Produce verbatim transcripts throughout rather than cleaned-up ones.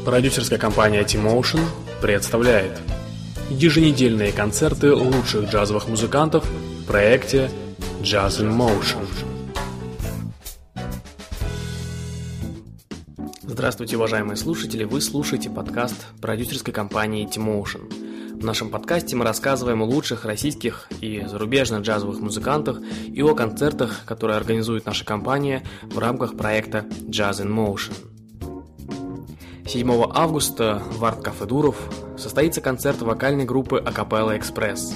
Продюсерская компания T-Motion представляет еженедельные концерты лучших джазовых музыкантов в проекте Jazz in Motion. Здравствуйте, уважаемые слушатели! Вы слушаете подкаст продюсерской компании T-Motion. В нашем подкасте мы рассказываем о лучших российских и зарубежных джазовых музыкантах и о концертах, которые организует наша компания в рамках проекта Jazz in Motion. седьмого августа в арт-кафе Дуров состоится концерт вокальной группы Acapella Express.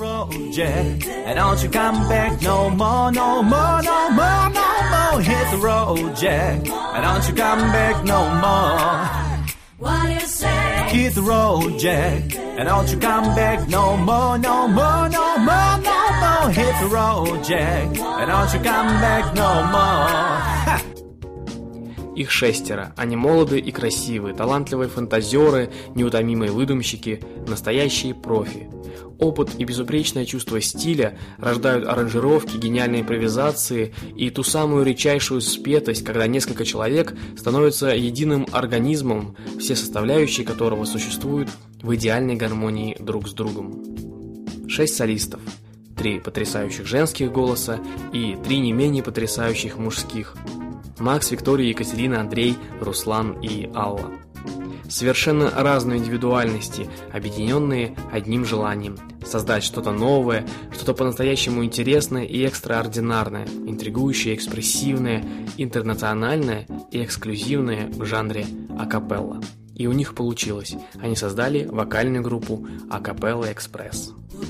Hit the road, Jack, and don't you come back no more, no more, no more, no more. Hit the road, Jack, and don't you come back no more. Их шестеро. Они молоды и красивые, талантливые фантазеры, неутомимые выдумщики, настоящие профи. Опыт и безупречное чувство стиля рождают аранжировки, гениальные импровизации и ту самую редчайшую спетость, когда несколько человек становятся единым организмом, все составляющие которого существуют в идеальной гармонии друг с другом. Шесть солистов, три потрясающих женских голоса и три не менее потрясающих мужских. Макс, Виктория, Екатерина, Андрей, Руслан и Алла. Совершенно разные индивидуальности, объединенные одним желанием – создать что-то новое, что-то по-настоящему интересное и экстраординарное, интригующее, экспрессивное, интернациональное и эксклюзивное в жанре акапелла. И у них получилось. Они создали вокальную группу Acapella Express.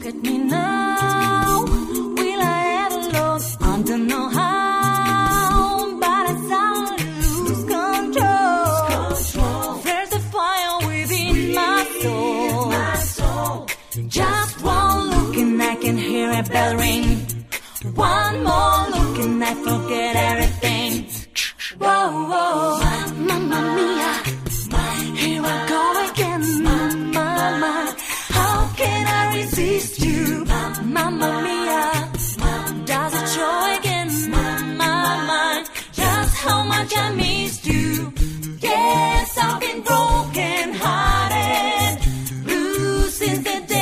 Just one look and I can hear a bell ring. One more look and I forget everything. Whoa, whoa, mamma mia, here I go again, mamma, mia. How can I resist you, mamma mia? Does it show again, mamma, mia? Just how much I missed you. Yes, I've been broken hearted, blue since the day.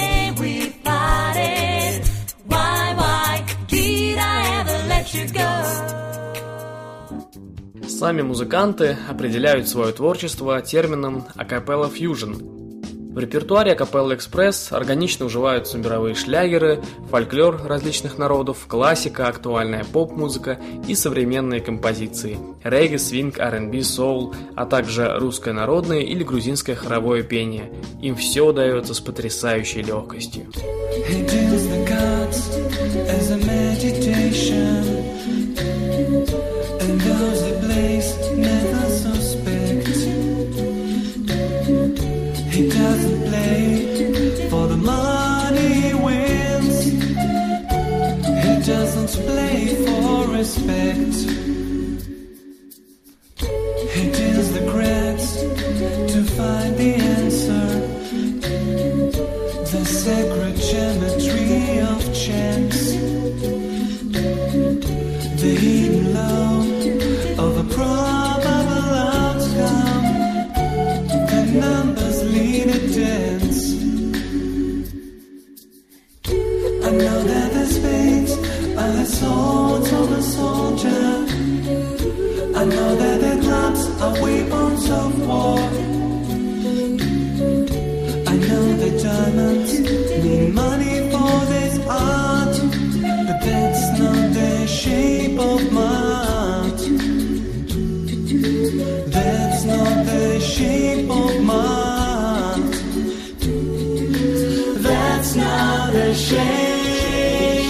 Сами музыканты определяют свое творчество термином Acapella Fusion. В репертуаре Acapella Express органично уживаются мировые шлягеры, фольклор различных народов, классика, актуальная поп-музыка и современные композиции – регги, свинг, ар энд би, соул, а также русское народное или грузинское хоровое пение. Им все удается с потрясающей легкостью. And those that place never suspect. He doesn't play for the money he wins. He doesn't play for respect. He deals the cracks to find the answer. The sacred geometry of chance. The hidden love of a probable outcome. The numbers lead a dance. I know that the spades are the swords of a soldier. I know that the clubs are weapons of war. I know the diamonds mean money for this art, but that's not the shape of my heart. That's not the shape of my heart. That's not the shape,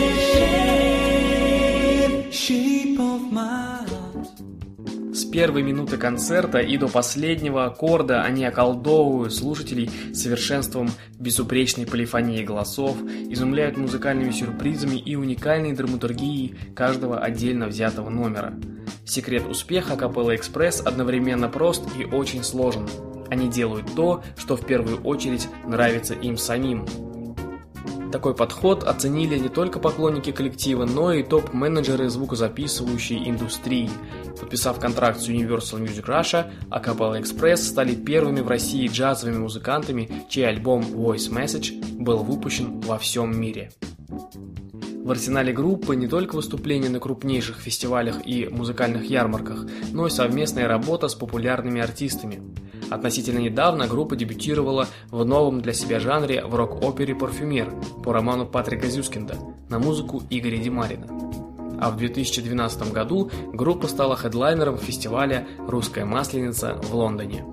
shape of my heart. С первой минуты концерта и до последнего аккорда они околдовывают слушателей совершенством безупречной полифонии голосов, изумляют музыкальными сюрпризами и уникальной драматургией каждого отдельно взятого номера. Секрет успеха Acapella Express одновременно прост и очень сложен. Они делают то, что в первую очередь нравится им самим. Такой подход оценили не только поклонники коллектива, но и топ-менеджеры звукозаписывающей индустрии. Подписав контракт с Universal Music Russia, Acapella Express стали первыми в России джазовыми музыкантами, чей альбом Voice Message был выпущен во всем мире. В арсенале группы не только выступления на крупнейших фестивалях и музыкальных ярмарках, но и совместная работа с популярными артистами. Относительно недавно группа дебютировала в новом для себя жанре в рок-опере «Парфюмер» по роману Патрика Зюскинда на музыку Игоря Демарина. А в две тысячи двенадцатом году группа стала хедлайнером фестиваля «Русская масленица» в Лондоне.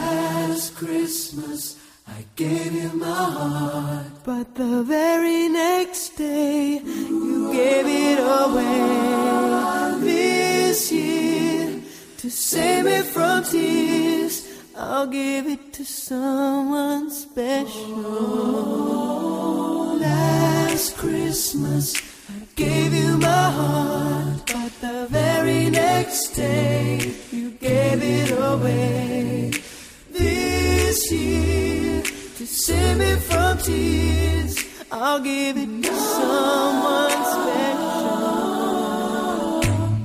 I gave you my heart, but the very next day you gave it away. This year, to save me from tears, I'll give it to someone special. Last Christmas, I gave you my heart, but the very next day you gave it away. This year, to save me from tears, I'll give it to someone special.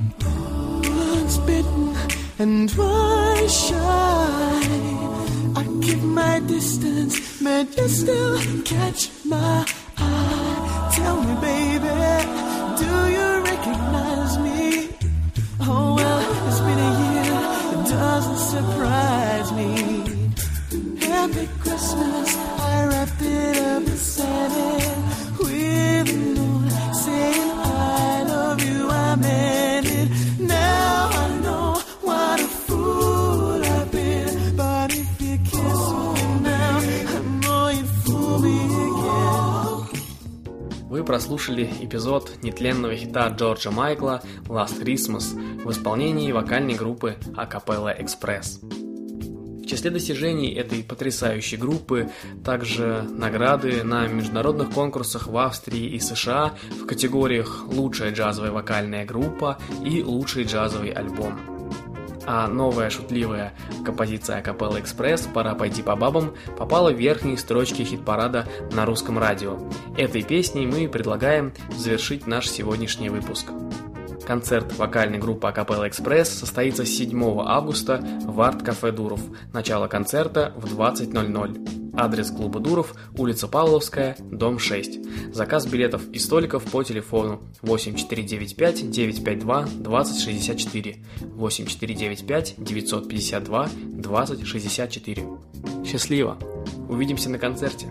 Once bitten and twice shy, I keep my distance, man, you still catch my eye. Tell me, baby, do you recognize me? Oh well, it's been a year, it doesn't surprise me. Happy Christmas, I wrapped it up and sent it with a note saying I love you, I meant it. Now I know what a fool I've been, but if you kiss me now, I know you'd fool me again. Вы прослушали эпизод нетленного хита Джорджа Майкла «Last Christmas» в исполнении вокальной группы Acapella Express. В числе достижений этой потрясающей группы также награды на международных конкурсах в Австрии и США в категориях «Лучшая джазовая вокальная группа» и «Лучший джазовый альбом». А новая шутливая композиция Acapella Express «Пора пойти по бабам» попала в верхние строчки хит-парада на русском радио. Этой песней мы предлагаем завершить наш сегодняшний выпуск. Концерт вокальной группы Acapella Express состоится седьмого августа в арт-кафе «Дуров». Начало концерта в двадцать ноль ноль. Адрес клуба «Дуров», улица Павловская, дом шесть. Заказ билетов и столиков по телефону восемь четыре девять пять девять пять два двадцать шестьдесят четыре, восемь четыре девять пять девятьсот пятьдесят два двадцать шестьдесят четыре. Счастливо! Увидимся на концерте!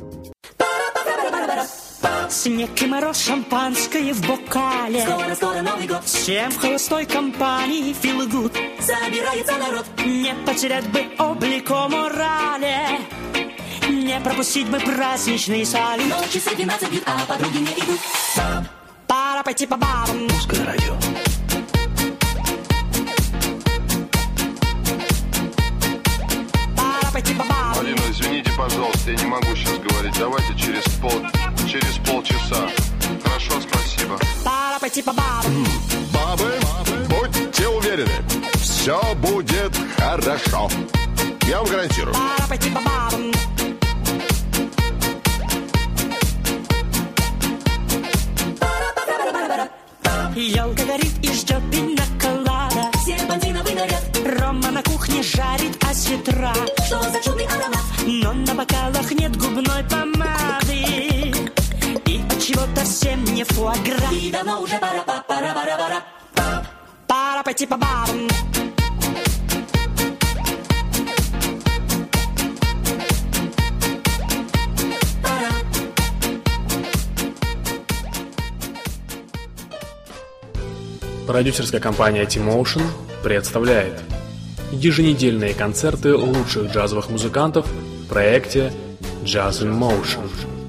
Снег и мороз, шампанское в бокале. Скоро-скоро Новый год. Всем в холостой компании feel good. Собирается народ. Не потерять бы облик о морали, не пропустить бы праздничный салют. Но часы двенадцать бьют, а подруги не идут. Пора пойти по бабам. Русское радио. Пора пойти по бабам. Алина, извините, пожалуйста, я не могу сейчас говорить. Давайте через пол, через полчаса. Хорошо, спасибо. Пора пойти по бабам. Бабы, будьте уверены, все будет хорошо. Я вам гарантирую. Пора пойти по бабам. Елка горит и ждет пинаколада. Серпантиновый наряд. Рома на кухне жарит осетра. Что за чудный аромат? Но на бокалах нет губной помады и отчего-то всем не фуагра. И давно уже пора, пора, пора, пора. Пора пойти по бабам. Продюсерская компания T-Motion представляет еженедельные концерты лучших джазовых музыкантов в проекте Jazz in Motion.